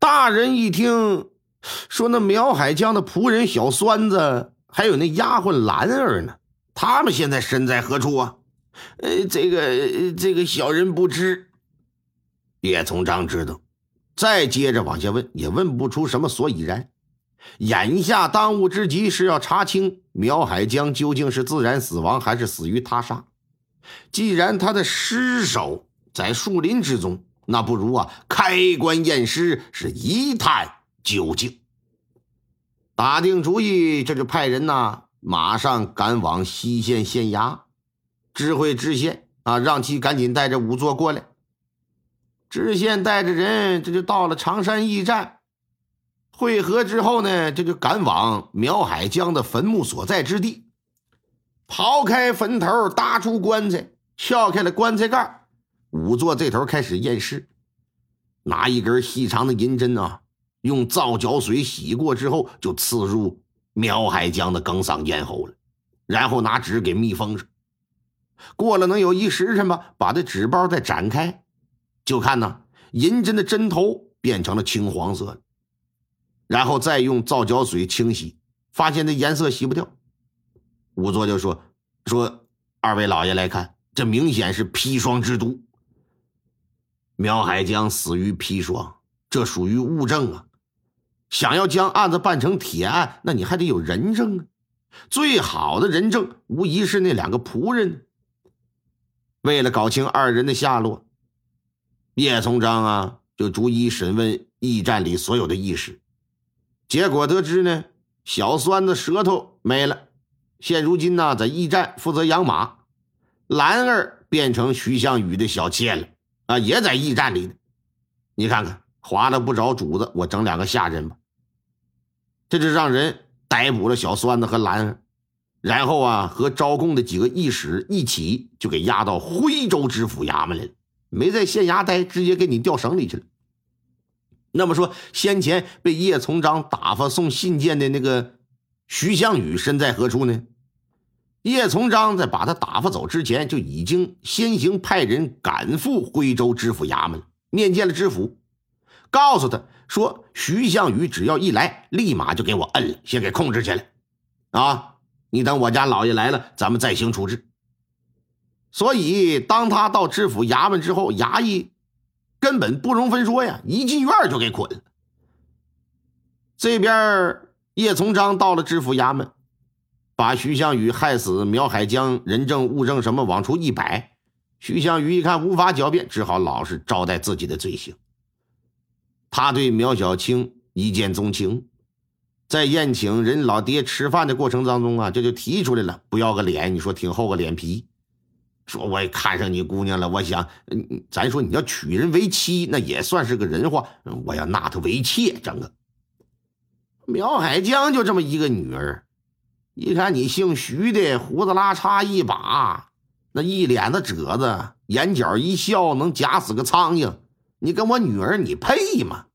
大人一听说那苗海江的仆人小栓子还有那丫鬟兰儿呢，他们现在身在何处啊？这个小人不知。叶从章知道，再接着往下问也问不出什么所以然。眼下当务之急是要查清苗海江究竟是自然死亡还是死于他杀。既然他的尸首在树林之中，那不如开棺验尸，是一探究竟。打定主意，这就派人马上赶往西县县衙，知会知县让其赶紧带着仵作过来。知县带着人这就到了常山驿站，会合之后呢，这就赶往苗海江的坟墓所在之地，刨开坟头，搭出棺材，撬开了棺材盖，仵作这头开始验尸。拿一根细长的银针用皂角水洗过之后，就刺入苗海江的梗嗓咽喉了，然后拿纸给密封上。过了能有1时辰吧，把这纸包再展开，就看银针的针头变成了青黄色，然后再用皂角水清洗，发现这颜色洗不掉。仵作就说二位老爷来看，这明显是砒霜之毒。苗海江死于砒霜，这属于物证想要将案子办成铁案，那你还得有人证最好的人证无疑是那2个仆人。为了搞清2人的下落，叶从章就逐一审问驿站里所有的驿使。结果得知呢，小栓的舌头没了，现如今在驿站负责养马。兰儿变成徐向宇的小妾了也在驿站里呢。你看看，划了不着主子，我整2个下人吧。这就让人逮捕了小栓子和兰儿，然后和招供的几个驿使一起就给押到徽州知府衙门来了，没在县衙待，直接给你调省里去了。那么说，先前被叶从章打发送信件的那个徐向宇身在何处呢？叶从章在把他打发走之前，就已经先行派人赶赴徽州知府衙门，面见了知府，告诉他说徐向宇只要一来，立马就给我摁了，先给控制起来你等我家老爷来了，咱们再行处置。所以当他到知府衙门之后，衙役根本不容分说呀，一进院就给捆了。这边叶从章到了知府衙门，把徐向宇害死苗海江人证物证什么往出一摆。徐向宇一看无法狡辩，只好老实招待自己的罪行。他对苗小青一见钟情，在宴请人老爹吃饭的过程当中这就提出来了，不要个脸，你说挺厚个脸皮，说我也看上你姑娘了，我想咱说你要娶人为妻，那也算是个人话，我要纳她为妾。整个苗海江就这么一个女儿，一看你姓徐的胡子拉碴一把，那一脸的褶子，眼角一笑能夹死个苍蝇，你跟我女儿你配吗？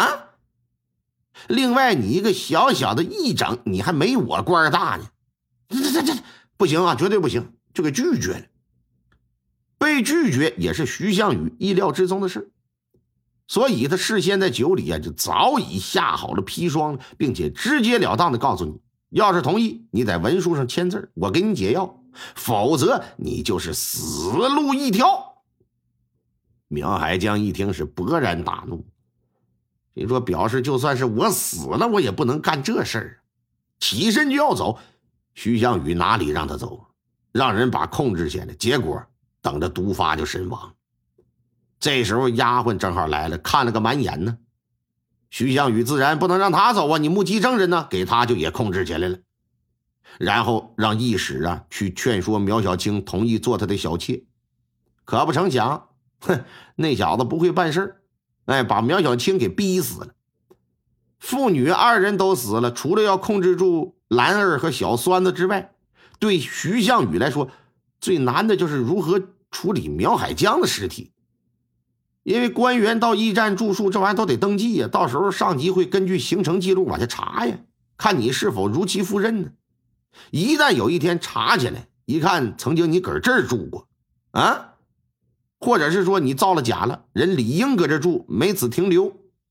另外你一个小小的议长，你还没我官大呢，这不行绝对不行，就给拒绝了。被拒绝也是徐向宇意料之中的事，所以他事先在酒里就早已下好了砒霜，并且直截了当的告诉你，要是同意，你在文书上签字，我给你解药，否则你就是死路一条。苗海江一听是勃然大怒，你说表示就算是我死了，我也不能干这事儿。起身就要走，徐向宇哪里让他走，让人把控制下来，结果等着毒发就身亡。这时候丫鬟正好来了，看了个满眼呢。徐向宇自然不能让他走你目击证人呢，给他就也控制起来了，然后让驿使去劝说苗小青同意做他的小妾。可不成想，那小子不会办事把苗小青给逼死了。父女2人都死了，除了要控制住兰儿和小栓子之外，对徐向宇来说最难的就是如何处理苗海江的尸体。因为官员到驿站住宿，这玩意儿都得登记呀，到时候上级会根据行程记录往下查呀，看你是否如期赴任呢。一旦有一天查起来，一看曾经你搁这儿住过或者是说你造了假了，人理应搁这住，没此停留，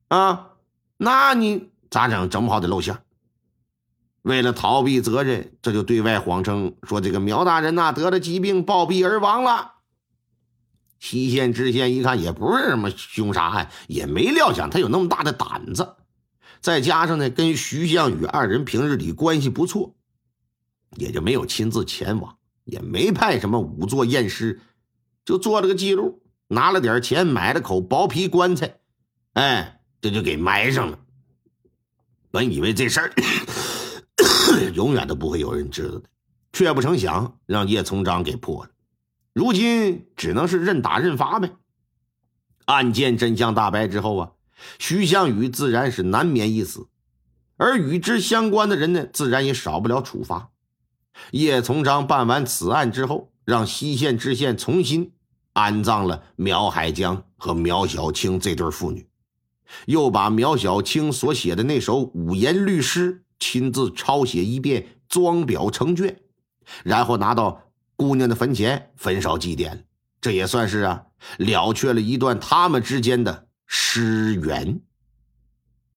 啊，那你咋整？整不好得露馅。为了逃避责任，这就对外谎称说这个苗大人呐得了疾病暴毙而亡了。西县知县一看也不是什么凶杀案，也没料想他有那么大的胆子。再加上呢，跟徐向宇二人平日里关系不错，也就没有亲自前往，也没派什么仵作验尸，就做了个记录，拿了点钱买了口薄皮棺材，这就给埋上了。本以为这事儿永远都不会有人知道的，却不成想让叶从章给破了。如今只能是认打认罚呗。案件真相大白之后啊，徐向宇自然是难免一死，而与之相关的人呢，自然也少不了处罚。叶从章办完此案之后，让西县知县重新安葬了苗海江和苗小青这对父女，又把苗小青所写的那首五言律诗亲自抄写一遍，装裱成卷，然后拿到姑娘的坟前焚烧祭奠，这也算是了却了一段他们之间的诗缘。